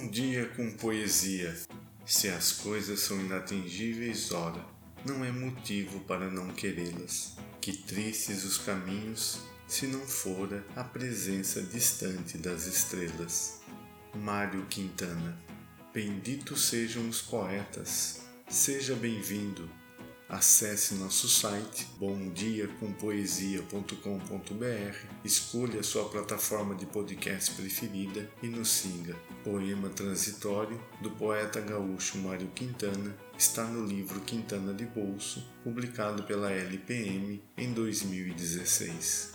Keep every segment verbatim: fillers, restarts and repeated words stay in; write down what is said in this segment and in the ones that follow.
dia com poesia. Se as coisas são inatingíveis, ora, não é motivo para não querê-las. Que tristes os caminhos, se não fora a presença distante das estrelas. Mário Quintana. Benditos sejam os poetas. Seja bem-vindo. Acesse nosso site bom dia com poesia ponto com ponto b r, escolha a sua plataforma de podcast preferida e nos siga. Poema transitório do poeta gaúcho Mário Quintana está no livro Quintana de Bolso, publicado pela L P M em dois mil e dezesseis.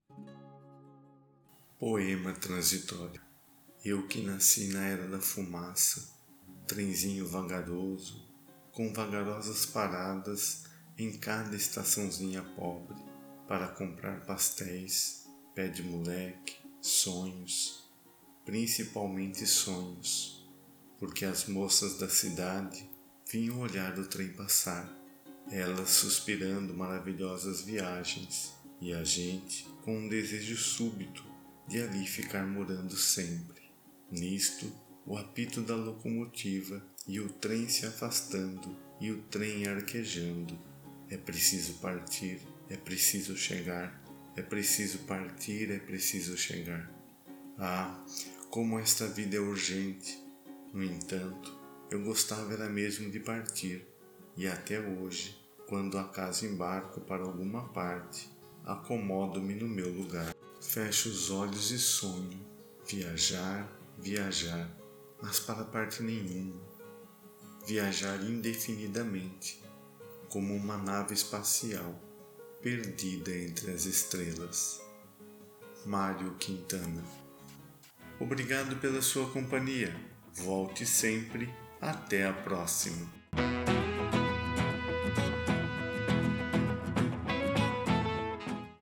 Poema transitório. Eu que nasci na era da fumaça, trenzinho vagaroso, com vagarosas paradas em cada estaçãozinha pobre, para comprar pastéis, pé de moleque, sonhos, principalmente sonhos, porque as moças da cidade vinham olhar o trem passar, elas suspirando maravilhosas viagens, e a gente com um desejo súbito de ali ficar morando sempre. Nisto, o apito da locomotiva e o trem se afastando e o trem arquejando. É preciso partir, é preciso chegar, é preciso partir, é preciso chegar. Ah, como esta vida é urgente! No entanto, eu gostava era mesmo de partir, e até hoje, quando acaso embarco para alguma parte, acomodo-me no meu lugar. Fecho os olhos e sonho, viajar, viajar, mas para parte nenhuma. Viajar indefinidamente, como uma nave espacial, perdida entre as estrelas. Mário Quintana. Obrigado pela sua companhia. Volte sempre. Até a próxima.